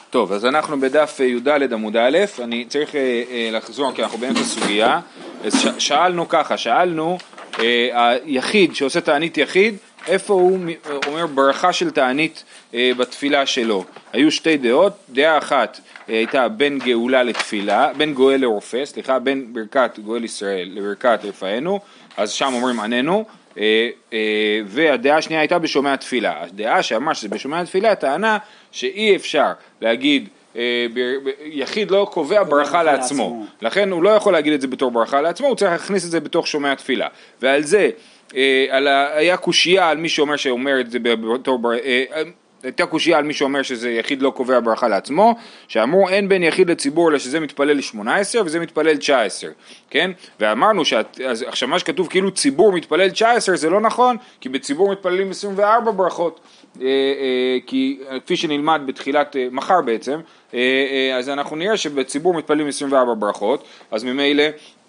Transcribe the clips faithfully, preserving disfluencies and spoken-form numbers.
טוב, אז אנחנו בדף י"ד עמוד א', אני צריך אה, אה, לחזור, כי אנחנו באמצע סוגיה. אז ש- שאלנו ככה, שאלנו, אה, היחיד שעושה תענית יחיד, איפה הוא אומר ברכה של תענית אה, בתפילה שלו? היו שתי דעות, דעה אחת אה, הייתה בין גאולה לתפילה, בין גואל לרופא, סליחה, בין ברכת גואל ישראל לברכת רפאנו, אז שם אומרים עננו, אה, אה, והדעה השנייה הייתה בשומע התפילה. הדעה שאמרה שזה בשומע התפילה, טענה שאי אפשר להגיד, יחיד לא קובע ברכה לעצמו, לכן הוא לא יכול להגיד את זה בתור ברכה לעצמו, הוא צריך להכניס את זה בתוך שומע התפילה, ועל זה היה קושייה על מי שאומר שאומר את זה בתור הייתה קושייה על מי שאומר שזה יחיד לא קובע ברכה לעצמו, שאמרו אין בין יחיד לציבור אלא שזה מתפלל ל-שמונה עשרה וזה מתפלל תשע עשרה, כן? ואמרנו שעכשיו מה שכתוב כאילו ציבור מתפלל תשע עשרה זה לא נכון, כי בציבור מתפללים עשרים וארבע ברכות, כי כפי שנלמד בתחילת מחר בעצם, אז אנחנו נראה שבציבור מתפללים עשרים וארבע ברכות, אז ממילא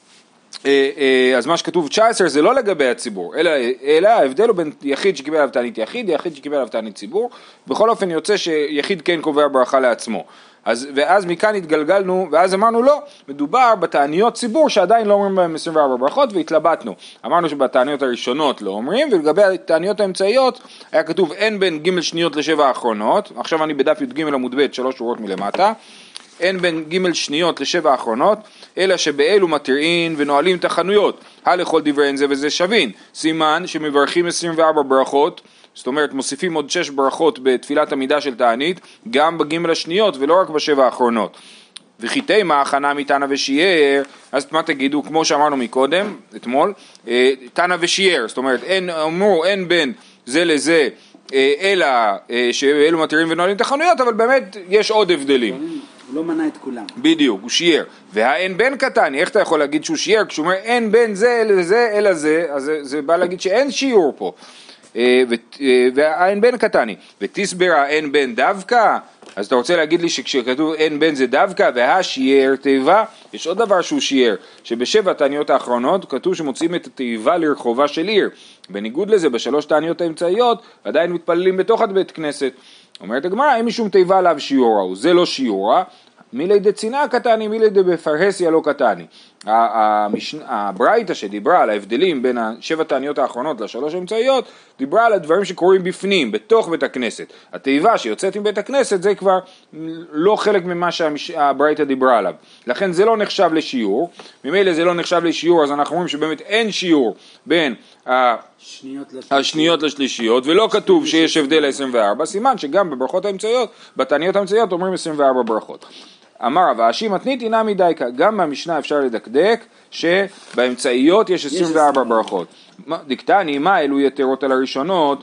אז מה שכתוב תשע עשרה זה לא לגבי הציבור, אלא, אלא ההבדל הוא בין יחיד שקיבל עליו תענית יחיד, יחיד שקיבל עליו תענית ציבור. בכל אופן יוצא שיחיד כן קובע ברכה לעצמו. אז, ואז מכאן התגלגלנו, ואז אמרנו לא, מדובר בתעניות ציבור שעדיין לא אומרים בהם עשרים וארבע ברכות, והתלבטנו. אמרנו שבתעניות הראשונות לא אומרים, ולגבי התעניות האמצעיות היה כתוב אין בין ג' שניות לשבע האחרונות. עכשיו אני בדף י"ג עמוד ב' שלוש שורות מלמטה. אין בין ג' שניות לשבע האחרונות, אלא שבאלו מתירין ונועלים את החנויות, הלכל דבריין זה וזה שווין, סימן שמברכים עשרים וארבע ברכות, זאת אומרת מוסיפים עוד שש ברכות בתפילת עמידה של תענית, גם בג' השניות ולא רק בשבע האחרונות. וחיטי מה הכנה מתנא ושיער, אז מה תגידו, כמו שאמרנו מקודם, אתמול, תנא ושיער, זאת אומרת, אין, אמרו, אין בין זה לזה, אלא שאלו מתירין ונועלים את החנויות, אבל באמת יש עוד הבדלים. הוא לא מנה את כולם. בדיוק, הוא שיער. והאין בן קטני, איך אתה יכול להגיד שהוא שיער? כשהוא אומר אין בן זה לזה אלא זה, אז זה, זה בא להגיד שאין שיעור פה. והאין בן קטני. ותסבר האין בן דווקא, אז אתה רוצה להגיד לי שכשכתוב אין בן זה דווקא, והשיער תיבה, יש עוד דבר שהוא שיער, שבשבע תעניות האחרונות כתוב שמוצאים את התיבה לרחובה של עיר. בניגוד לזה, בשלוש תעניות האמצעיות, עדיין מתפללים בתוך הבית כנסת. אומרת הגמרא, אין משום תיבה עליו שיעורה, זה לא שיעורה, מילי דצינה קטני, מילי דבפרהסיה לא קטני. הברייתא שדיברה על ההבדלים בין השבע תעניות האחרונות לשלוש האמצעיות, דיברה על הדברים שקורים בפנים, בתוך בית הכנסת. התיבה שיוצאת עם בית הכנסת זה כבר לא חלק ממה שהברייתא דיברה עליו. לכן זה לא נחשב לשיעור, ממילא זה לא נחשב לשיעור, אז אנחנו אומרים שבאמת אין שיעור בין השניות לשלישיות, ולא כתוב שיש הבדל ל-עשרים וארבע, סימן שגם בברכות האמצעיות, בתעניות האמצעיות אומרים עשרים וארבע ברכות. אמר רב אשי מתנית אינה מדייקה, גם מהמשנה אפשר לדקדק שבאמצעיות יש עשרים וארבע ברכות. דקטני, מה אלו יתרות על הראשונות?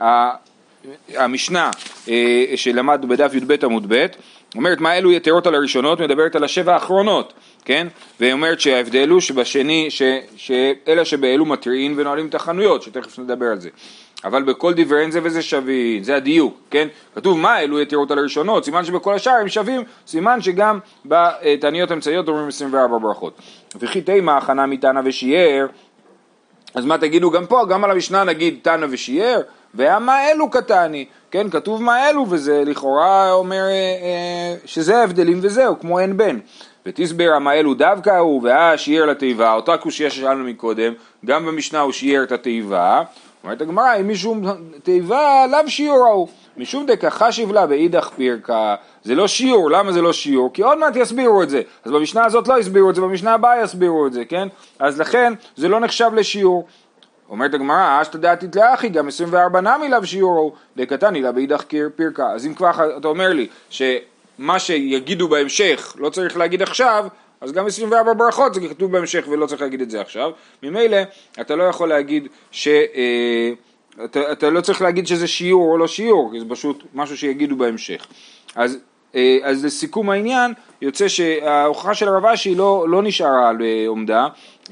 המשנה שלמדנו בדף י"ב עמוד ב' אומרת מה אלו יתרות על הראשונות, מדברת על השבע האחרונות, כן? והיא אומרת שההבדל הוא שבשני, ש, שאלה שבאלו מתריעים ונועלים את החנויות, שתכף נדבר על זה. אבל בכל דבריין זה וזה שווין, זה הדיוק, כן? כתוב מה אלו יתרות על הראשונות, סימן שבכל השאר הם שווים, סימן שגם בתעניות אמצעיות אומרים עשרים וארבע ברכות. וחיטי מה הכנה מתנא ושיער, אז מה תגידו גם פה, גם על המשנה נגיד תנא ושיער, והמה אלו קטני, כן? כתוב מה אלו, וזה לכאורה אומר אה, שזה ההבדלים וזהו, כמו אין בן. ותסבר מה אלו דווקא הוא, ואה שיער לתיבה, אותה קושיה ששאלנו מקודם, גם במשנה הוא שיער את התיבה, אומרת הגמרא, אם משום תיבה לאו שיעור הוא, משום דקה חשיב לה באידך פירקה, זה לא שיעור, למה זה לא שיעור? כי עוד מעט יסבירו את זה, אז במשנה הזאת לא יסבירו את זה, במשנה הבאה יסבירו את זה, כן? אז לכן זה לא נחשב לשיעור. אומרת הגמרא, אשתא דעתית לאחי, גם עשרים וארבע נמי לאו שיעור הוא, דקתני לה באידך פירקה. אז אם כבר אתה אומר לי שמה שיגידו בהמשך לא צריך להגיד עכשיו, אז גם עשרים וארבע ברכות זה כתוב בהמשך ולא צריך להגיד את זה עכשיו. ממילא אתה לא יכול להגיד ש... אתה, אתה לא צריך להגיד שזה שיעור או לא שיעור, כי זה פשוט משהו שיגידו בהמשך. אז, אז לסיכום העניין, יוצא שההוכחה של הרב אשי לא, לא נשארה על עומדה,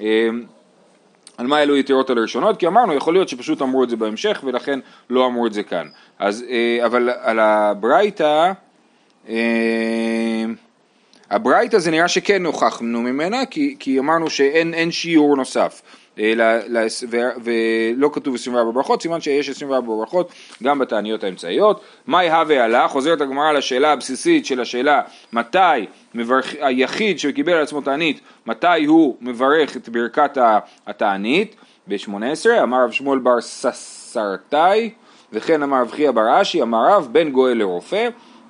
על מה אלו יתרות על הראשונות, כי אמרנו, יכול להיות שפשוט אמרו את זה בהמשך, ולכן לא אמרו את זה כאן. אז, אבל על הברייתא, הברייתא זה נראה שכן הוכחנו ממנה, כי, כי אמרנו שאין אין שיעור נוסף. ולא כתוב עשרים וארבע ברכות, סימן שיש עשרים וארבע ברכות גם בתעניות האמצעיות. מהי הווה עלה? חוזרת הגמרא לשאלה הבסיסית של השאלה מתי מברך, היחיד שקיבל על עצמו תענית, מתי הוא מברך את ברכת התענית? ב-שמונה עשרה אמר רב שמואל בר ססרתאי וכן אמר רב חייא בר אשי אמר רב בן גואל לרופא,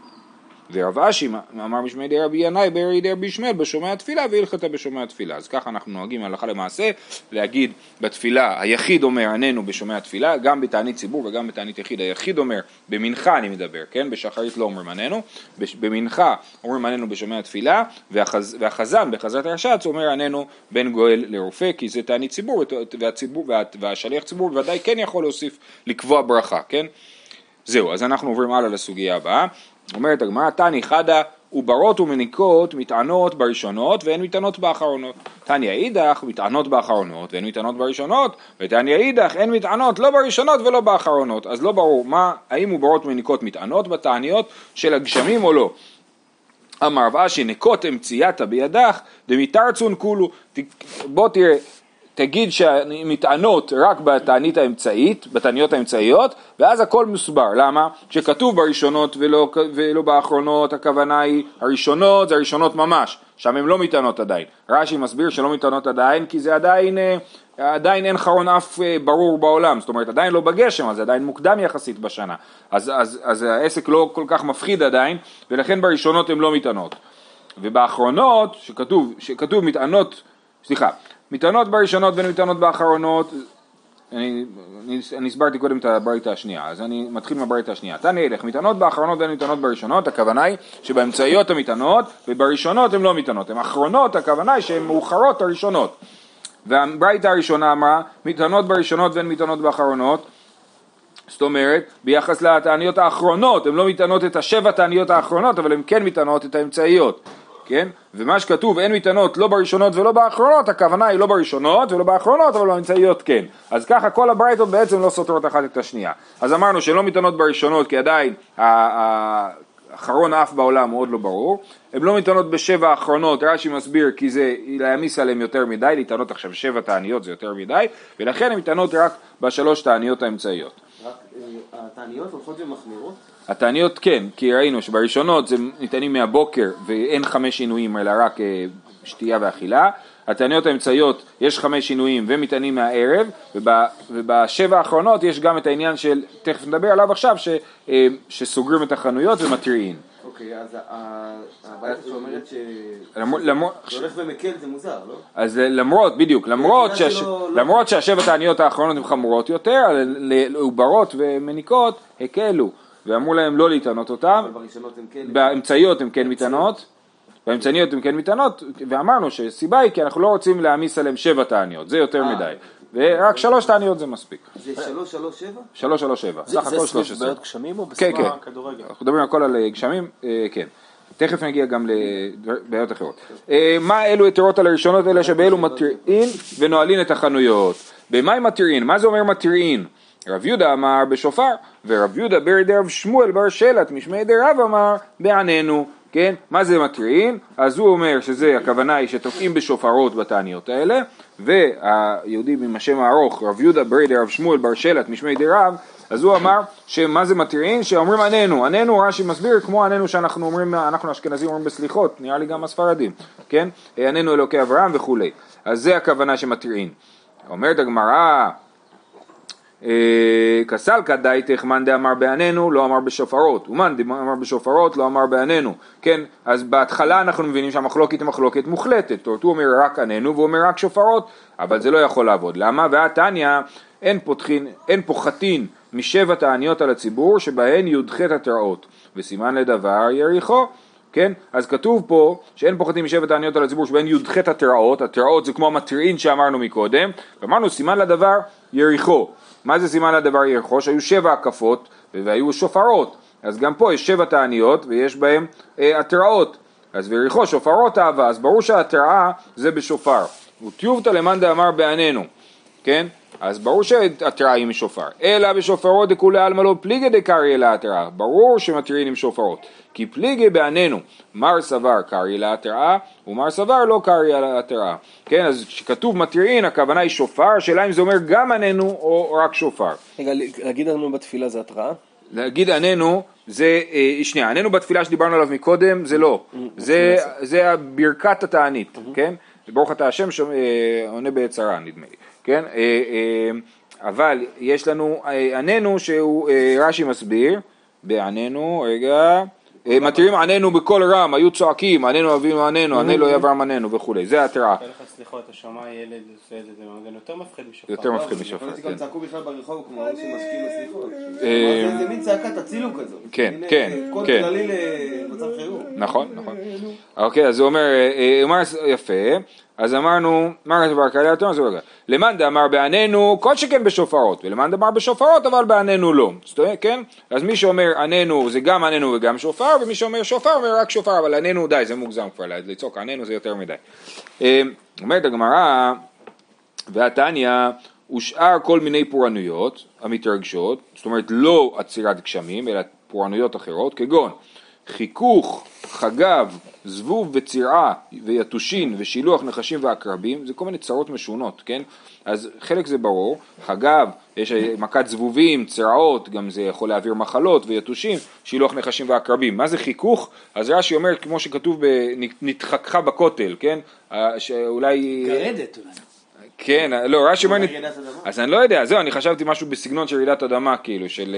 ורב אשי אמר בשמי די רבי ינאי ברי די רבי ישמעאל בשומע התפילה והלכתה בשומע התפילה. אז ככה אנחנו נוהגים הלכה למעשה להגיד בתפילה היחיד אומר עננו בשומע התפילה, גם בתענית ציבור וגם בתענית יחיד. היחיד אומר במנחה אני מדבר, כן? בשחרית לא אומרים עננו, במנחה אומרים עננו בשומע התפילה, והחז, והחזן בחזרת הרש"ץ אומר עננו בן גואל לרופא, כי זה תענית ציבור, והציבור והשליח ציבור בוודאי כן יכול להוסיף לקבוע ברכה, כן? זהו, אז אנחנו עוברים הלאה לסוגיה הבאה. אומרת הגמרא, תני חדה וברות ומניקות מתענות בראשונות ואין מתענות באחרונות. תני אידך מתענות באחרונות ואין מתענות בראשונות, ותני אידך אין מתענות לא בראשונות ולא באחרונות. אז לא ברור מה, האם וברות ומניקות מתענות בתעניות של הגשמים או לא. אמר רב אשי ניקות אמצייתה בידך דמיתרצון כולו. בוא תראה, תגיד שמתענות רק בתענית האמצעית, בתעניות האמצעיות, ואז הכל מסובר. למה? כשכתוב בראשונות ולא, ולא באחרונות, הכוונה היא הראשונות, זה הראשונות ממש, שם הם לא מתענות עדיין. רש"י מסביר שלא מתענות עדיין, כי זה עדיין, עדיין אין חרון אף ברור בעולם, זאת אומרת עדיין לא בגשם, אז עדיין מוקדם יחסית בשנה. אז, אז, אז העסק לא כל כך מפחיד עדיין, ולכן בראשונות הם לא מתענות. ובאחרונות, שכתוב, שכתוב מתענות, סליחה, מתענות בראשונות ואין מתענות באחרונות, אני, אני, אני הסברתי קודם את הברייתא השנייה, אז אני מתחיל מהברייתא השנייה. תני אלך, מתענות באחרונות ואין מתענות בראשונות, הכוונה היא שבאמצעיות המתענות, ובראשונות הן לא מתענות, הן אחרונות, הכוונה היא שהן מאוחרות הראשונות. והברייתא הראשונה אמרה, מתענות בראשונות ואין מתענות באחרונות, זאת אומרת, ביחס לתעניות האחרונות, הן לא מתענות את השבע תעניות האחרונות, אבל הן כן מתענות את האמצעיות. כן? ומה שכתוב אין מתענות לא בראשונות ולא באחרונות, הכוונה היא לא בראשונות ולא באחרונות, אבל באמצעיות כן. אז ככה כל הברייתות בעצם לא סותרות אחת את השנייה. אז אמרנו שלא מתענות בראשונות כי עדיין האחרון אף בעולם הוא עוד לא ברור. הם לא מתענות בשבע האחרונות, רש"י מסביר כי זה להעמיס עליהם יותר מדי, להתענות עכשיו שבע תעניות זה יותר מדי, ולכן הם מתענות רק בשלוש תעניות האמצעיות. רק התעניות הולכות ומחמירות? התעניות כן, כי ראינו שבראשונות זה ניתנים מהבוקר ואין חמש שינויים אלא רק שתייה ואכילה. התעניות האמצעיות יש חמש שינויים ומתענים מהערב, ובשבע האחרונות יש גם את העניין של, תכף נדבר עליו עכשיו, ש, שסוגרים את החנויות ומתריעים. אוקיי, אז הבעיה שאומרת שזה הולך ומקל זה מוזר, לא? אז למרות, בדיוק, למרות שהשבע תעניות האחרונות הן חמורות יותר, לעוברות ומניקות הקלו. ואמרו להם לא להתענות אותם, באמצעיות הם כן מתענות, באמצעיות הם כן מתענות, ואמרנו שסיבה היא כי אנחנו לא רוצים להעמיס עליהם שבע תעניות, זה יותר מדי, ורק שלוש תעניות זה מספיק. זה שלוש שלוש שבע? שלוש שלוש שבע, סך הכל שלוש עשרה. זה בעיות גשמים או בסביבה כדורגל? אנחנו מדברים הכל על גשמים, כן. תכף נגיע גם לבעיות אחרות. מה אלו היתרות על הראשונות? אלה שבאלו מתירין ונועלין את החנויות. במה הם מתירין? מה זה אומר מתירין? רב יהודה אמר בשופר, ורב יהודה ברי די רב שמואל בר שלט משמי די רב אמר בעננו, כן? מה זה מתריעים? אז הוא אומר שזה הכוונה היא שתוקעים בשופרות בתעניות האלה, והיהודי עם השם הארוך, רב יהודה ברי די רב שמואל בר שלט משמי די רב, אז הוא אמר שמה זה מתריעים? שאומרים עננו, עננו רש"י מסביר כמו עננו שאנחנו אומרים, אנחנו אשכנזים אומרים בסליחות, נראה לי גם הספרדים, כן? עננו אלוקי אברהם וכולי. אז זה הכוונה שמתריעים. אומרת הגמרא, כסל כדאיתך מאן דאמר בעננו לא אמר בשופרות, ומאן דאמר בשופרות לא אמר בעננו, כן? אז בהתחלה אנחנו מבינים שהמחלוקת היא מחלוקת מוחלטת, הוא אומר רק עננו והוא אומר רק שופרות, אבל זה לא יכול לעבוד. למה? והתניא אין פותחין, אין פוחתין משבע תעניות על הציבור שבהן יודחת התראות, וסימן לדבר יריחו, כן? אז כתוב פה שאין פוחתים משבע תעניות על הציבור שבהן יודחת התראות, התראות זה כמו המתריעין שאמרנו מקודם, ואמרנו סימן לדבר יריחו. מה זה סימן לדבר יריחו? שהיו שבע הקפות והיו שופרות, אז גם פה יש שבע תעניות ויש בהם אה, התראות, אז ויריחו שופרות אהבה, אז ברור שהתראה זה בשופר. וטיובתא למאן דאמר בעננו, כן? אז ברור שהתראה היא משופר. אלא בשופרות דכולי עלמא לא פליגי דקריא לה התראה. ברור שמתירים עם שופרות. כי פליגי בעננו, מר סבר קריא לה התראה, ומר סבר לא קריא לה התראה. כן, אז כשכתוב מתירים, הכוונה היא שופר, שאלה אם זה אומר גם עננו או רק שופר. רגע, להגיד עננו בתפילה זה התראה? להגיד עננו, זה, שנייה, עננו בתפילה שדיברנו עליו מקודם, זה לא. זה, זה ברכת התענית, כן? ברוך אתה השם שעונה ביצרה, נדמה לי. כן? אבל יש לנו עננו שהוא רש"י מסביר, בעננו, רגע, מתירים עננו בכל רם, היו צועקים, עננו אבינו עננו, ענה לא יברם עננו וכו', זה התראה. סליחות, השמע ילד עושה את זה, זה יותר מפחיד משופר. יותר מפחיד משופר, כן. גם צעקו בכלל ברחוב כמו אנשים שמסכים לסליחות. זה מין צעקת הצילו כזו. כן, כן. כל כללי למצב חירום. נכון, נכון. אוקיי, אז הוא אומר, יפה. אז אמרנו, מה כתוב בקריא התורה? זה רגע. למאן דאמר בעננו, כל שכן בשופרות, ולמאן דאמר בשופרות, אבל בעננו לא. כן? אז מי שאומר עננו זה גם עננו וגם שופר, ומי שאומר שופר אומר רק שופר, אבל עננו די, זה מוגזם כבר, לצעוק עננו זה יותר מדי. אומרת הגמרא, והתניא, ושאר כל מיני פורענויות המתרגשות, זאת אומרת לא עצירת גשמים, אלא פורענויות אחרות, כגון חיכוך, חגב, זבוב וצירעה ויתושין ושילוח נחשים ועקרבים, זה כל מיני צרות משונות, כן? אז חלק זה ברור, חגב, יש מכת זבובים, צירעות, גם זה יכול להעביר מחלות ויתושין, שילוח נחשים ועקרבים. מה זה חיכוך? אז רש"י אומר, כמו שכתוב, נתחככה בכותל, כן? שאולי... גרדת אולי. כן, לא, רש"י אומר, אז אני לא יודע, זהו, אני חשבתי משהו בסגנון של רעידת אדמה, כאילו, של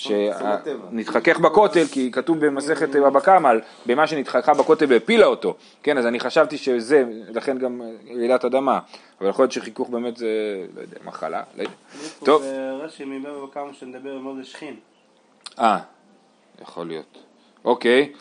נתחכך בכותל, כי כתוב במסכת בבא קמא, במה שנתחככה בכותל והפילה אותו, כן, אז אני חשבתי שזה, לכן גם רעידת אדמה, אבל יכול להיות שחיכוך באמת זה, לא יודע, מחלה, לא יודע. טוב. רש"י מבבא קמא שנדבר מאוד לשכין. אה, יכול להיות. אוקיי,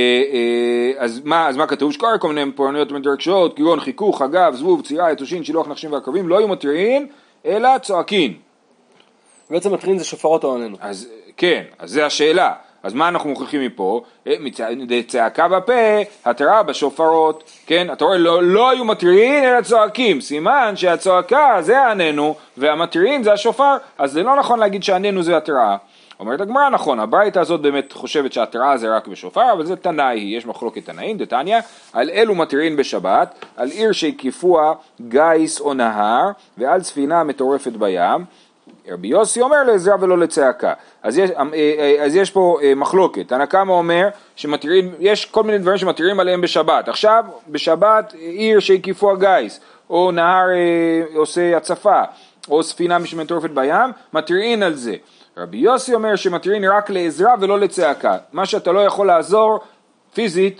אז מה, אז מה כתוב? שקורה כל מיני פורענויות מתרגשות, כגון חיכוך, חגב, זבוב, צירעה, יתושין, שילוח נחשים ועקרבים, לא היו מתירים, אלא צועקין. בעצם מתירים זה שופרות או עננו. אז כן, אז זה השאלה. אז מה אנחנו מוכיחים מפה? צעקה בפה, התראה בשופרות, כן? אתה רואה, לא, לא היו מתירים, אלא צועקים. סימן שהצועקה זה העננו, והמתירים זה השופר, אז זה לא נכון להגיד שהעננו זה התראה. אומרת הגמרא, נכון, הברייתא הזאת באמת חושבת שהתראה זה רק בשופר, אבל זה תנאי, יש מחלוקת תנאים, דתניא, על אלו מתירים בשבת, על עיר שהקיפוה גיס או נהר, ועל ספינה מטורפת בים. רבי יוסי אומר לעזרה ולא לצעקה. אז יש, אז יש פה מחלוקת. תנא קמא אומר שמתירים, יש כל מיני דברים שמתירים עליהם בשבת. עכשיו, בשבת, עיר שהקיפוה גיס, או נהר עושה הצפה, או ספינה מטורפת בים, מתירים על זה. רבי יוסי אומר שמתירים רק לעזרה ולא לצעקה. מה שאתה לא יכול לעזור פיזית,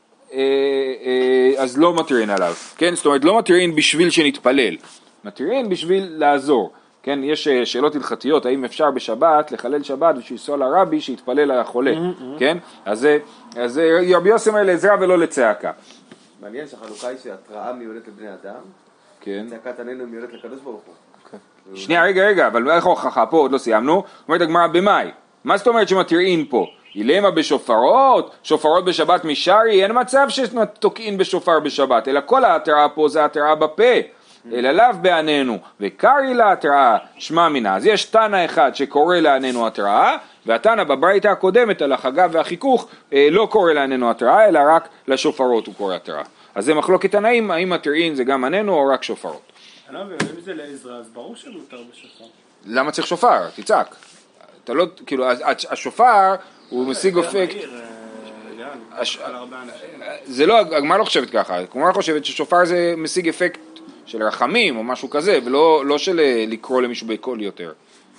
אז לא מתירים עליו. כן? זאת אומרת, לא מתירים בשביל שנתפלל. מתירים בשביל לעזור. כן? יש שאלות הלכתיות, האם אפשר בשבת לחלל שבת ושיסוע לרבי שיתפלל על החולה. כן? אז, אז רבי יוסי אומר לעזרה ולא לצעקה. מעניין שהחלוקה היא שהתראה מיועדת לבני אדם, כן. צעקת עננו מיועדת לקדוש ברוך הוא. שנייה, רגע, רגע, אבל איך הוכחה פה, עוד לא סיימנו, אומרת הגמרא במאי, מה זאת אומרת שמתירים פה? אילמה בשופרות, שופרות בשבת משרי, אין מצב שתוקעים בשופר בשבת, אלא כל ההתראה פה זה התראה בפה, אלא לאו בעננו, וקרי לה התראה, שמע מינה, אז יש תנא אחד שקורא לעננו התראה, והתנא בברייתא הקודמת על החגב והחיכוך, לא קורא לעננו התראה, אלא רק לשופרות הוא קורא התראה. אז זה מחלוקת תנאים, האם מתירים זה גם עננו או רק שופרות. אני לא מבין, אם זה לעזרה, אז ברור שמותר בשופר. למה צריך שופר? תצעק. אתה לא, כאילו, השופר הוא משיג אפקט. זה לא, הגמרא לא חושבת ככה. הגמרא חושבת ששופר זה משיג אפקט של רחמים או משהו כזה, ולא של לקרוא למישהו בקול יותר.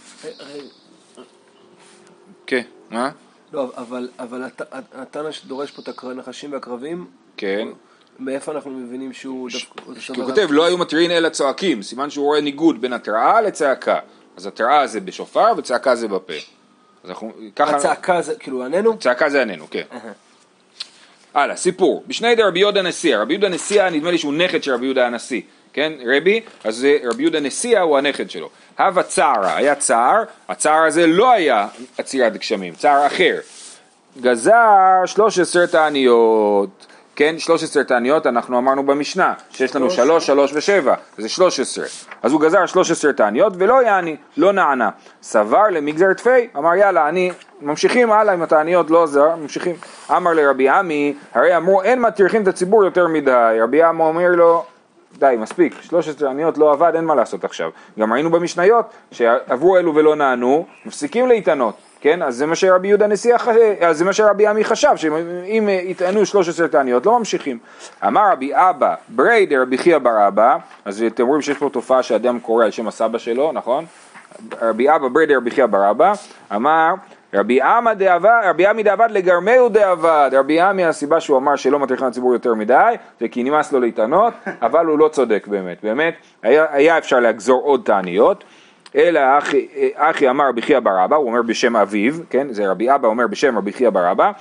כן, מה? לא, אבל התנא שדורש פה את הנחשים והקרבים, כן. מאיפה אנחנו מבינים שהוא... כי הוא כותב, לא היו מתירים אלא צועקים, סימן שהוא רואה ניגוד בין התראה לצעקה. אז התראה זה בשופר וצעקה זה בפה. הצעקה זה, כאילו, עננו? צעקה זה עננו, כן. הלאה, סיפור. בשני די רבי יהודה נשיאה. רבי יהודה נשיאה, נדמה לי שהוא נכד של רבי יהודה הנשיא. כן, רבי? אז רבי יהודה נשיאה הוא הנכד שלו. הווה צערה, היה צער, הצער הזה לא היה עצירת גשמים, צער אחר. גזר שלוש עשרה תעניות. כן, שלוש עשרה תעניות אנחנו אמרנו במשנה, שיש לנו שלוש, שלוש ושבע, זה שלוש עשרה. אז הוא גזר שלוש עשרה תעניות ולא יעני, לא נענה. סבר למגזר תפי, אמר יאללה, אני ממשיכים הלאה עם התעניות, לא עזר, ממשיכים. אמר לרבי עמי, הרי אמרו אין מטריחים את הציבור יותר מדי. רבי עמי אומר לו, די, מספיק, שלוש עשרה תעניות לא עבד, אין מה לעשות עכשיו. גם ראינו במשניות שעברו אלו ולא נענו, מפסיקים להתענות. כן, אז זה מה שרבי יהודה נשיא, אז זה מה שרבי עמי חשב, שאם יטענו שלוש עשרה תעניות, לא ממשיכים. אמר רבי אבא, ברי דרבי חייא בר אבא, אז אתם רואים שיש פה תופעה שאדם קורא על שם הסבא שלו, נכון? רבי אבא, ברי דרבי חייא בר אבא, אמר, רבי עמי דעבד, רבי עמי דעבד לגרמהו דעבד, רבי עמי הסיבה שהוא אמר שלא מטריחים לציבור יותר מדי, זה כי נמאס לו להתענות, אבל הוא לא צודק באמת, באמת, היה, היה אפשר לגזור עוד תעניות, אלא אחי, אחי אמר רבי חייא בר אבא, הוא אומר בשם אביו, כן, זה רבי אבא אומר בשם רבי חייא בר אבא,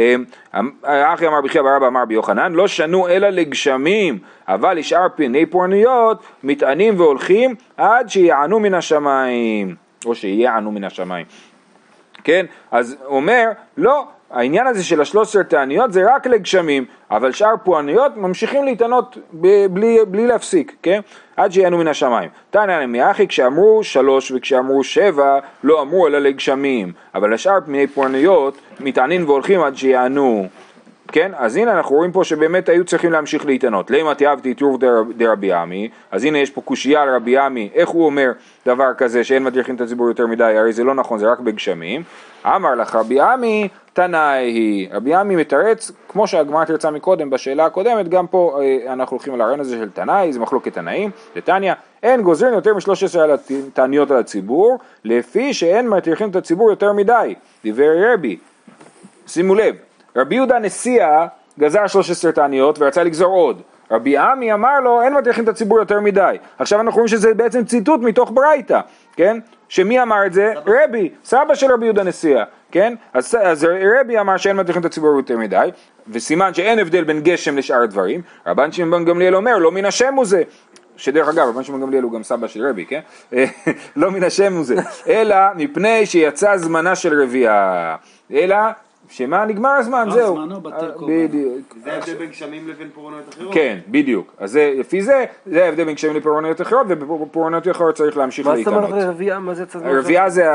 אחי אמר רבי חייא בר אבא אמר רבי יוחנן, לא שנו אלא לגשמים, אבל לשאר פני פורענויות מתענים והולכים עד שיענו מן השמיים, או שיענו מן השמיים, כן, אז הוא אומר, לא, העניין הזה של השלוש עשרה תעניות זה רק לגשמים, אבל שאר פורענויות ממשיכים להתענות בלי, בלי להפסיק, כן? עד שיענו מן השמיים. תענה להם מאחי, כשאמרו שלוש וכשאמרו שבע, לא אמרו אלא לגשמים, אבל השאר פני פורענויות מתענים והולכים עד שיענו. כן? אז הנה אנחנו רואים פה שבאמת היו צריכים להמשיך להתענות. למה תיאבתי תירוב דרבי עמי, אז הנה יש פה קושייה על רבי עמי, איך הוא אומר דבר כזה שאין מטריחים את הציבור יותר מדי, הרי זה לא נכון, זה רק בגשמים. אמר לך רבי עמי, תנאי, רבי עמי מתרץ, כמו שהגמרא תרצה מקודם בשאלה הקודמת, גם פה אנחנו הולכים על הרעיון הזה של תנאי, זה מחלוקת תנאים, לתניא, אין גוזרים יותר מ-שלוש עשרה תעניות על הציבור, לפי שאין מטריחים את הציבור יותר מדי, דבר רבי, שימו לב, רבי יהודה נשיא גזר שלוש עשרה תעניות ורצה לגזור עוד. רבי עמי אמר לו, אין מטריחים את הציבור יותר מדי. עכשיו אנחנו רואים שזה בעצם ציטוט מתוך ברייתא, כן? שמי אמר את זה? סבא. רבי, סבא של רבי יהודה נשיא, כן? אז, אז רבי אמר שאין מטריחים את הציבור יותר מדי, וסימן שאין הבדל בין גשם לשאר הדברים. רבן שמעון בן גמליאל אומר, לא מן השם הוא זה. שדרך אגב, רבן שמעון בן גמליאל הוא גם סבא של רבי, כן? לא מן השם הוא זה. אלא מפני שיצא זמנה של רבייה. אלא שמה נגמר הזמן, זהו. בדיוק. זה ההבדל בין גשמים לבין פורענויות אחרות? כן, בדיוק. אז לפי זה, זה ההבדל בין גשמים לפורענויות אחרות, ובפורענויות אחרות צריך להמשיך להתענות. מה זאת אומרת רבייה? מה זה צד? רבייה זה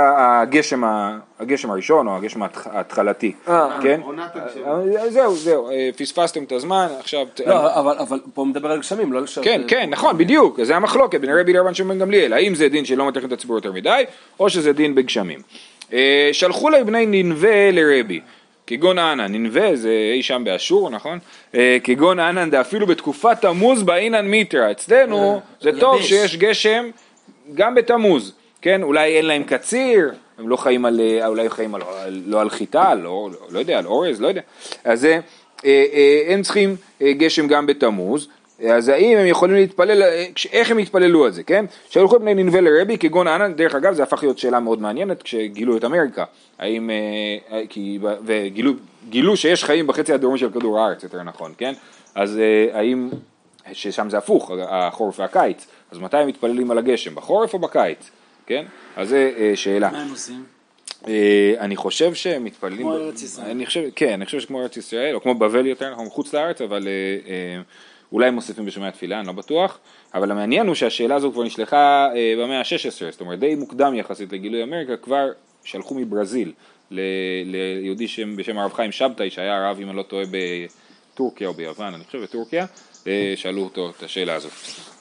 הגשם הראשון, או הגשם ההתחלתי. כן? זהו, זהו. פספסתם את הזמן, עכשיו... לא, אבל פה מדבר על גשמים, לא לשאר... כן, כן, נכון, בדיוק. זה המחלוקת בין רבי לרבן שמעון בן גמליאל. האם זה דין שלא מטריחים את הציבור יותר מדי, או שזה דין בגשמים. שלחו לה בני נינווה לרבי. כגון ענן, נינווה זה אי שם באשור, נכון? כגון ענן, זה אפילו בתקופת תמוז באינן מיטרה. אצלנו זה טוב שיש גשם גם בתמוז, כן? אולי אין להם קציר, הם לא חיים על, אולי חיים על, לא על חיטה, לא, לא יודע, על אורז, לא יודע. אז הם צריכים גשם גם בתמוז, אז האם הם יכולים להתפלל, איך הם התפללו על זה, כן? שלחו בני נינווה לרבי, כגון ענן, דרך אגב, זה הפך להיות שאלה מאוד מעניינת כשגילו את אמריקה, האם, כי, וגילו גילו שיש חיים בחצי הדרומי של כדור הארץ, יותר נכון, כן? אז האם, ששם זה הפוך, החורף והקיץ, אז מתי הם מתפללים על הגשם, בחורף או בקיץ, כן? אז זה שאלה. מה הם עושים? אני חושב שהם מתפללים, כמו ארץ ישראל. אני חושב, כן, אני חושב שכמו ארץ ישראל, או כמו בבל יותר, אנחנו מחוץ לארץ, אבל אולי מוסיפים בשומע התפילה, אני לא בטוח, אבל המעניין הוא שהשאלה הזו כבר נשלחה במאה ה-שש עשרה, זאת אומרת, די מוקדם יחסית לגילוי אמריקה, כבר שלחו מברזיל ליהודי בשם הרב חיים שבתאי, שהיה הרב, אם אני לא טועה, בטורקיה או ביוון, אני חושב בטורקיה, שאלו אותו את השאלה הזאת.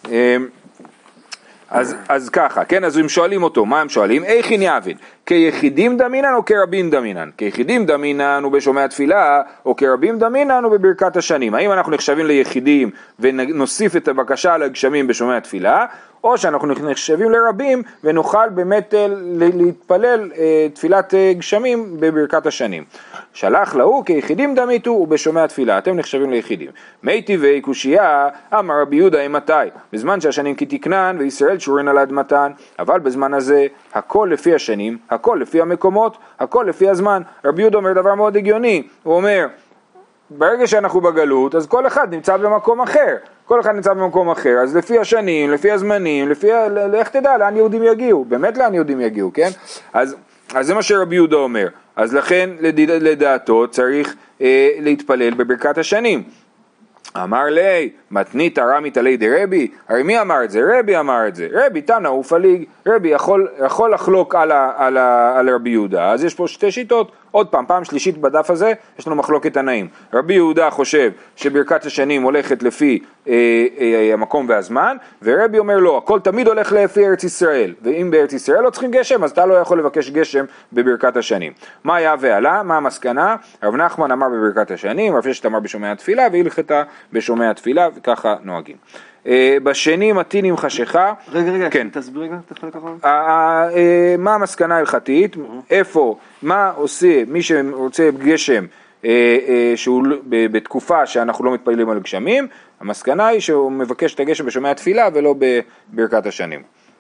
אז, אז ככה, כן, אז הם שואלים אותו, מה הם שואלים? איך אין יעבד? כיחידים דמינן או כרבים דמינן? כיחידים דמינן הוא בשומע תפילה, או כרבים דמינן הוא בברכת השנים. האם אנחנו נחשבים ליחידים ונוסיף את הבקשה לגשמים בשומע תפילה, או שאנחנו נחשבים לרבים ונוכל באמת להתפלל תפילת גשמים בברכת השנים. שלח להוא כיחידים דמיתו ובשומע תפילה, אתם נחשבים ליחידים. מי טבעי קושייה, אמר רבי יהודה אימתי, בזמן שהשנים כתקנן וישראל שורין על אדמתן, אבל בזמן הזה הכל לפי השנים, הכל לפי המקומות, הכל לפי הזמן. רבי יהודה אומר דבר מאוד הגיוני, הוא אומר, ברגע שאנחנו בגלות, אז כל אחד נמצא במקום אחר, כל אחד נמצא במקום אחר, אז לפי השנים, לפי הזמנים, לפי, איך תדע, לאן יהודים יגיעו, באמת לאן יהודים יגיעו, כן? אז, אז זה מה שרבי יהודה אומר, אז לכן לדעתו צריך אה, להתפלל בברכת השנים, אמר לי, מתנית הרמית עלי דרבי, הרי מי אמר את זה? רבי אמר את זה, רבי תנא הוא פליג, רבי יכול, יכול לחלוק על, ה, על, ה, על רבי יהודה, אז יש פה שתי שיטות, עוד פעם, פעם שלישית בדף הזה, יש לנו מחלוקת תנאים, רבי יהודה חושב שברכת השנים הולכת לפי אה, אה, המקום והזמן, ורבי אומר לא, הכל תמיד הולך לפי ארץ ישראל, ואם בארץ ישראל לא צריכים גשם, אז אתה לא יכול לבקש גשם בברכת השנים. מה היה ועלה? מה המסקנה? רב נחמן אמר בברכת השנים, רב ששת אמר בשומע התפילה, והלכתה בשומע התפילה, וככה נוהגים. בשני מתין עם חשיכה. רגע, רגע, כן. תסביר רגע, תחלק אחרון. מה המסקנה ההלכתית? איפה, מה עושה מי שרוצה גשם שהוא בתקופה שאנחנו לא מתפללים על גשמים? המסקנה היא שהוא מבקש את הגשם בשומע התפילה ולא בברכת השנים.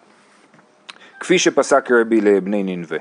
כפי שפסק רבי לבני נינווה.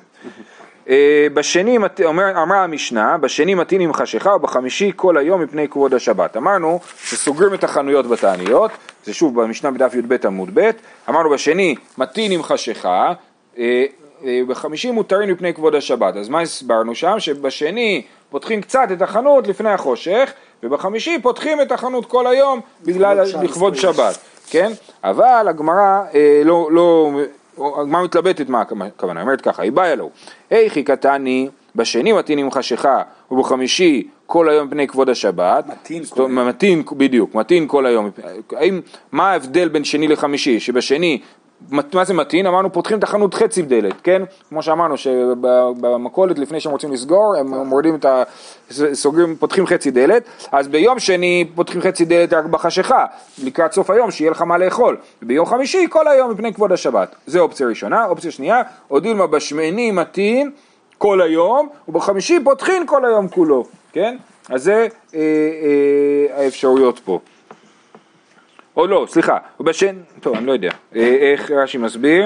בשני, אמרה המשנה, בשני מתין עם חשיכה ובחמישי כל היום מפני כבוד השבת. אמרנו שסוגרים את החנויות בתעניות, זה שוב במשנה בדף י"ב עמוד ב', אמרנו בשני מתין עם חשיכה, בחמישי מותרים מפני כבוד השבת. אז מה הסברנו שם? שבשני פותחים קצת את החנות לפני החושך, ובחמישי פותחים את החנות כל היום בגלל לכבוד שבת, כן? אבל הגמרא לא... לא הגמרא מתלבטת מה הכוונה, אומרת ככה, היא באה לו, היכי קטני, בשני מתין עם חשיכה, ובחמישי כל היום פני כבוד השבת, מתין כל היום. מתין, בדיוק, מתין כל היום, האם, מה ההבדל בין שני לחמישי, שבשני, מה זה מתין? אמרנו פותחים את החנות חצי דלת, כן? כמו שאמרנו שבמכולת לפני שהם רוצים לסגור, הם מורדים את ה... סוגרים, פותחים חצי דלת, אז ביום שני פותחים חצי דלת רק בחשיכה, לקראת סוף היום שיהיה לך מה לאכול, ביום חמישי כל היום מפני כבוד השבת. זה אופציה ראשונה. אופציה שנייה, הודיל בשמיני מתין כל היום, ובחמישי פותחים כל היום כולו, כן? אז זה אה, אה, האפשרויות פה. או לא, סליחה, ובשן, טוב, אני לא יודע, איך רש"י מסביר,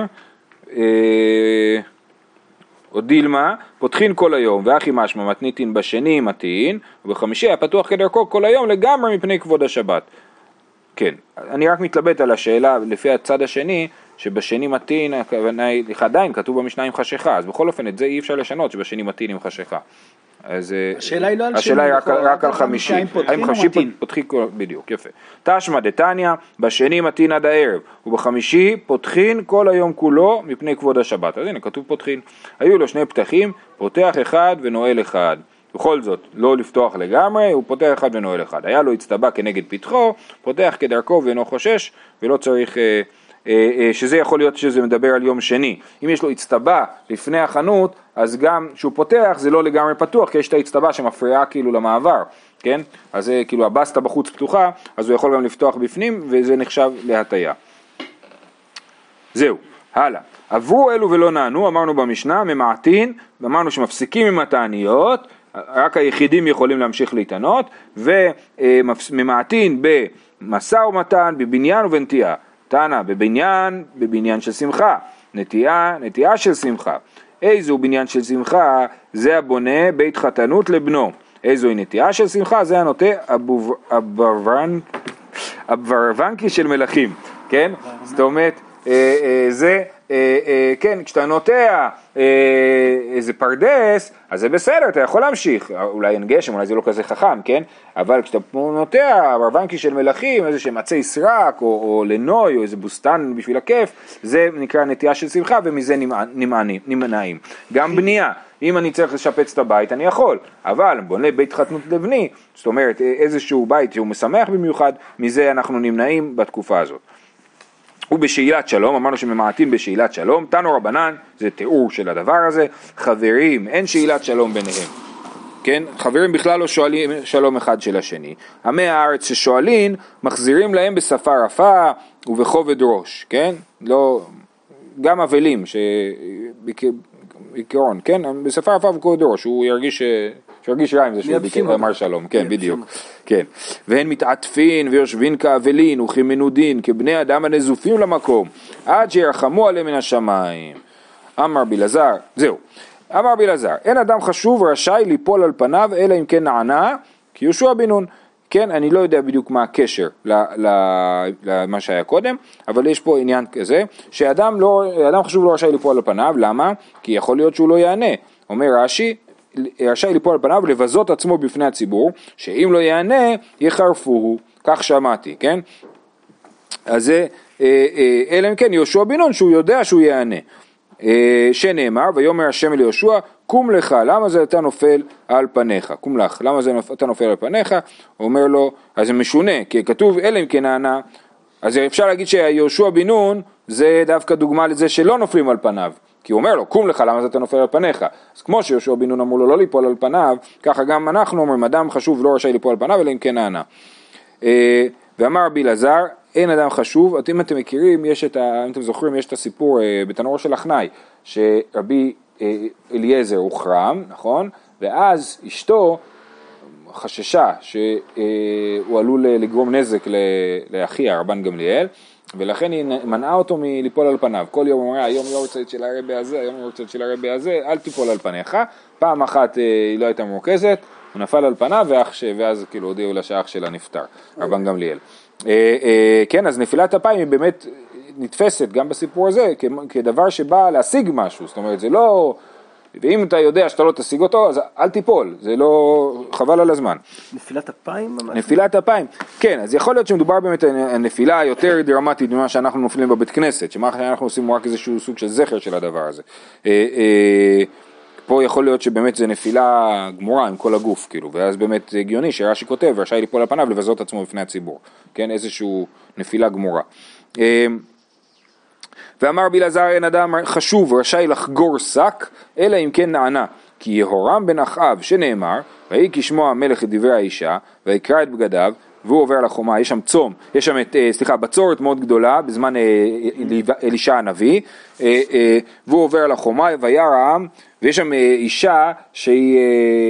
או דילמה, פותחין כל היום, ואחי משמע מתניתין בשני מתין, ובחמישי היה פתוח כדרכו כל היום לגמרי מפני כבוד השבת. כן, אני רק מתלבט על השאלה לפי הצד השני, שבשני מתין, הכוונה היא, עדיין כתוב במשנה עם חשיכה, אז בכל אופן את זה אי אפשר לשנות, שבשני מתין עם חשיכה. אז השאלה היא לא על שני, השאלה היא רק, רק על חמישי, האם חמישי פותחים, בדיוק, יפה. תשמע דתניא, בשני מתין עד הערב, ובחמישי פותחין כל היום כולו מפני כבוד השבת. אז הנה כתוב פותחין, היו לו שני פתחים, פותח אחד ונועל אחד. בכל זאת, לא לפתוח לגמרי, הוא פותח אחד ונועל אחד. היה לו הצטבע כנגד פתחו, פותח כדרכו ואינו חושש, ולא צריך... שזה יכול להיות שזה מדבר על יום שני. אם יש לו הצטבע לפני החנות, אז גם שהוא פותח זה לא לגמרי פתוח, כי יש את ההצטבע שמפריעה כאילו למעבר, כן? אז זה כאילו הבסטה בחוץ פתוחה, אז הוא יכול גם לפתוח בפנים, וזה נחשב להטיה. זהו, הלאה. עברו אלו ולא נענו, אמרנו במשנה, ממעטין, אמרנו שמפסיקים עם התעניות, רק היחידים יכולים להמשיך להתענות, וממעטין במשא ומתן, בבניין ובנטייה. תנא, בבניין, בבניין של שמחה, נטייה, נטייה של שמחה. איזו בניין של שמחה? זה הבונה בית חתנות לבנו. איזו היא נטייה של שמחה? זה הנוטה הברוונקי של מלכים, כן? זאת אומרת, זה, כן, כשאתה נוטע איזה פרדס, אז זה בסדר, אתה יכול להמשיך, אולי אין גשם, אולי זה לא כזה חכם, כן? אבל כשאתה נוטע הברוונקי של מלכים, איזה שהם עצי סרק, או, או לנוי, או איזה בוסטן בשביל הכיף, זה נקרא נטייה של שמחה, ומזה נמנעים, נמנעים. גם בנייה, אם אני צריך לשפץ את הבית, אני יכול, אבל בונה בית חתנות לבני, זאת אומרת, איזשהו בית שהוא משמח במיוחד, מזה אנחנו נמנעים בתקופה הזאת. ובשאלת שלום, אמרנו שממעטין בשאלת שלום, תנו רבנן, זה תיאור של הדבר הזה, חברים, אין שאלת שלום ביניהם, כן? חברים בכלל לא שואלים שלום אחד של השני, עמי הארץ ששואלים, מחזירים להם בשפה רפה ובכובד ראש, כן? לא, גם אבלים, שבעיקרון, כן? בשפה רפה ובכובד ראש, הוא ירגיש... שירגיש רע עם זה שהוא אמר שלום, כן, בדיוק, כן. והן מתעטפין ויושבין כאבלין וכמנודין, כבני אדם הנזופים למקום, עד שירחמו עליהם מן השמיים. אמר בלעזר, זהו, אמר בלעזר, אין אדם חשוב רשאי ליפול על פניו, אלא אם כן נענה, כי יהושע בן נון. כן, אני לא יודע בדיוק מה הקשר למה שהיה קודם, אבל יש פה עניין כזה, שאדם לא, אדם חשוב לא רשאי ליפול על פניו, למה? כי יכול להיות שהוא לא יענה. אומר רש"י, רשאי ליפול על פניו ולבזות עצמו בפני הציבור, שאם לא יענה, יחרפוהו. כך שמעתי, כן? אז זה, אלא אם כן יהושע בן נון שהוא יודע שהוא יענה. שנאמר, ויאמר השם אל יהושע, קום לך, למה זה אתה נופל על פניך? קום לך, למה זה אתה נופל על פניך? הוא אומר לו, אז זה משונה, כי כתוב אלא אם כן ענה, אז אפשר להגיד שיהושע בן נון זה דווקא דוגמה לזה שלא נופלים על פניו, כי הוא אומר לו, קום לך, למה זה אתה נופל על פניך? אז כמו שיהושע בן נון אמרו לו לא ליפול על פניו, ככה גם אנחנו אומרים, אדם חשוב לא רשאי ליפול על פניו, אלא אם כן ענה. ואמר רבי אלעזר, אין אדם חשוב, אם אתם מכירים, יש את ה, אם אתם זוכרים, יש את הסיפור בתנורו של אחנאי, שרבי אליעזר הוחרם, נכון? ואז אשתו חששה שהוא עלול לגרום נזק לאחיה, רבן גמליאל, ולכן היא מנעה אותו מליפול על פניו. כל יום הוא אומר, היום יורצייט של הרבי הזה, היום יורצייט של הרבי הזה, אל תיפול על פניך. פעם אחת היא לא הייתה מורכזת, הוא נפל על פניו, ואז כאילו הודיעו לה שאח שלה נפטר, רבן גמליאל. כן, אז נפילת אפיים היא באמת נתפסת גם בסיפור הזה כדבר שבא להשיג משהו, זאת אומרת זה לא, ואם אתה יודע שאתה לא תשיג אותו אז אל תיפול, זה לא, חבל על הזמן. נפילת אפיים ממש? נפילת אפיים, כן, אז יכול להיות שמדובר באמת על נפילה יותר דרמטית ממה שאנחנו נופלים בבית כנסת, שמה שאנחנו עושים רק איזשהו סוג של זכר של הדבר הזה. פה יכול להיות שבאמת זה נפילה גמורה עם כל הגוף, כאילו, ואז באמת זה הגיוני שרש"י כותב, רשאי ליפול על פניו לבזות עצמו בפני הציבור, כן, איזשהו נפילה גמורה. ואמר רבי אלעזר, אין אדם חשוב רשאי לחגור שק, אלא אם כן נענה, כי יהורם בן אחאב שנאמר, ויהי כשמוע המלך את דברי האישה, ויקרא את בגדיו, והוא עובר לחומה, יש שם צום, יש שם, סליחה, בצורת מאוד גדולה, בזמן אלישע הנביא, והוא עובר לחומה, וירא העם, ויש שם אישה שהיא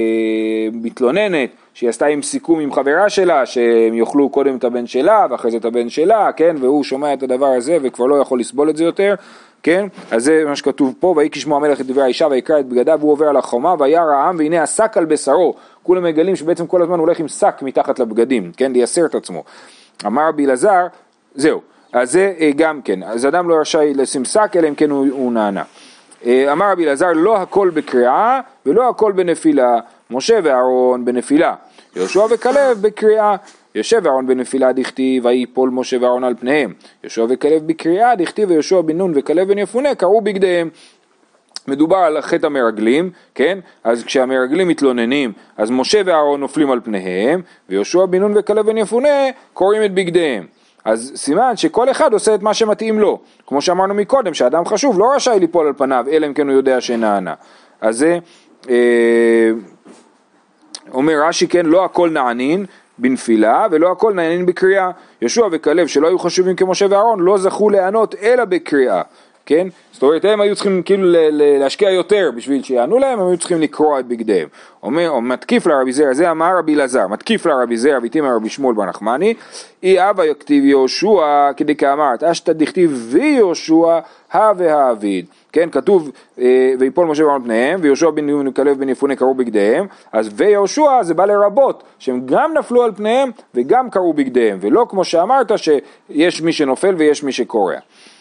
מתלוננת, שהיא עשתה עם סיכום עם חברה שלה, שהם יאכלו קודם את הבן שלה, ואחרי זה את הבן שלה, כן, והוא שומע את הדבר הזה, וכבר לא יכול לסבול את זה יותר, כן, אז זה מה שכתוב פה, ויהי כשמוע המלך את דברי האישה, ויקרא את בגדיו, והוא עובר לחומה, וירא העם, והנה השק על בשרו, כולם מגלים שבעצם כל הזמן הוא הולך עם שק מתחת לבגדים, כן, לייסר את עצמו. אמר רבי אלעזר, זהו, אז זה גם כן, אז אדם לא רשאי לשים שק, אלא אם כן הוא, הוא נענה. אמר רבי אלעזר, לא הכל בקריאה, ולא הכל בנפילה, משה ואהרון בנפילה, יהושע וכלב בקריאה, יושב ואהרון בנפילה דכתיב, ויפול משה ואהרון על פניהם, יהושע וכלב בקריאה דכתיב, ויהושע בן נון וכלב בן יפונה קראו בגדיהם. מדובר על חטא המרגלים, כן? אז כשהמרגלים מתלוננים, אז משה ואהרון נופלים על פניהם, ויהושע בן נון וכלב בן יפונה קוראים את בגדיהם. אז סימן שכל אחד עושה את מה שמתאים לו, כמו שאמרנו מקודם, שאדם חשוב לא רשאי ליפול על פניו, אלא אם כן הוא יודע שנענה. אז זה אה, אומר רש"י, כן, לא הכל נענין בנפילה, ולא הכל נענין בקריאה. יהושע וכלב שלא היו חשובים כמשה ואהרון, לא זכו לענות אלא בקריאה. כן? זאת אומרת, הם היו צריכים כאילו להשקיע יותר בשביל שיענו להם, הם היו צריכים לקרוא את בגדיהם. אומר, או מתקיף לרבי זרע, זה אמר רבי אלעזר, מתקיף לרבי זרע, ויתימה רבי שמואל בר נחמני, אי אבא יכתיב יהושע, כדי כאמרת, אשתא דכתיב ויהושע, הא והאביד. כן, כתוב, ויפול משה ואהרון פניהם, ויהושע בן נון וכלב בן יפונה קראו בגדיהם, אז ויהושע זה בא לרבות, שהם גם נפלו על פניהם, וגם קראו בגדיהם, ולא כמו שאמרת, שיש מי שנופל ויש מי שקורא.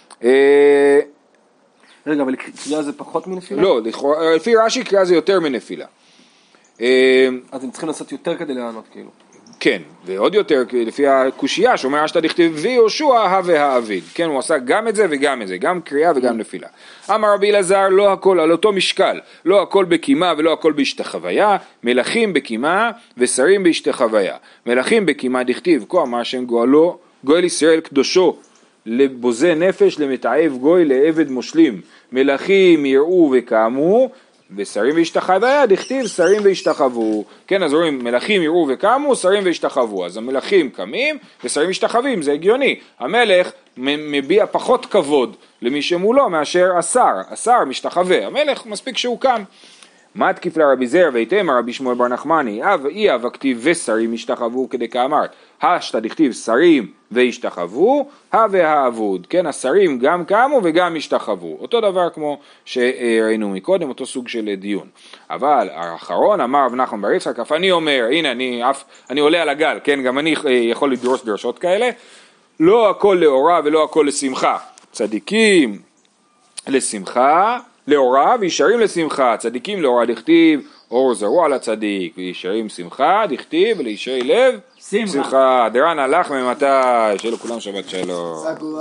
רגע, אבל קריאה זה פחות מנפילה? לא, לפי רש"י קריאה זה יותר מנפילה. אז הם צריכים לעשות יותר כדי לענות, כאילו. כן, ועוד יותר, לפי הקושייה, שאומר אשתא דכתיב ויהושע הא והאביד. כן, הוא עשה גם את זה וגם את זה, גם קריאה וגם נפילה. אמר רבי אלעזר, לא הכל על אותו משקל, לא הכל בקימה ולא הכל בהשתחוויה, מלכים בקימה ושרים בהשתחוויה. מלכים בקימה דכתיב, כה אמר השם גואלו, גואל ישראל קדושו, לבוזה נפש, למתעב גוי, לעבד מושלים. מלכים יראו וקמו, ושרים והשתחוויה, דכתיב שרים והשתחוו. כן, אז רואים, מלכים יראו וקמו, שרים והשתחוו. אז המלכים קמים ושרים משתחווים, זה הגיוני. המלך מביע פחות כבוד למי שמולו מאשר השר. השר משתחווה, המלך מספיק שהוא קם. מה תקיף לרבי זרע ויתימה רבי שמואל בר נחמני, אי אבא כתיב ושרים השתחוו כדי כאמרת, אשתא דכתיב שרים והשתחוו, הא והאבוד, כן, השרים גם קמו וגם השתחוו, אותו דבר כמו שראינו מקודם, אותו סוג של דיון. אבל האחרון אמר רב נחמן בר יצחק, אף אני אומר, הנה אני, אף, אני עולה על הגל, כן, גם אני יכול לדרוש דרשות כאלה, לא הכל לאורה ולא הכל לשמחה, צדיקים לשמחה, לאורה וישרים לשמחה, צדיקים לאורה דכתיב, אור זרוע לצדיק, וישרים שמחה דכתיב, ולישרי לב שמחה. דרן הלך ממתי, שיהיה לו כולם שבת שלום.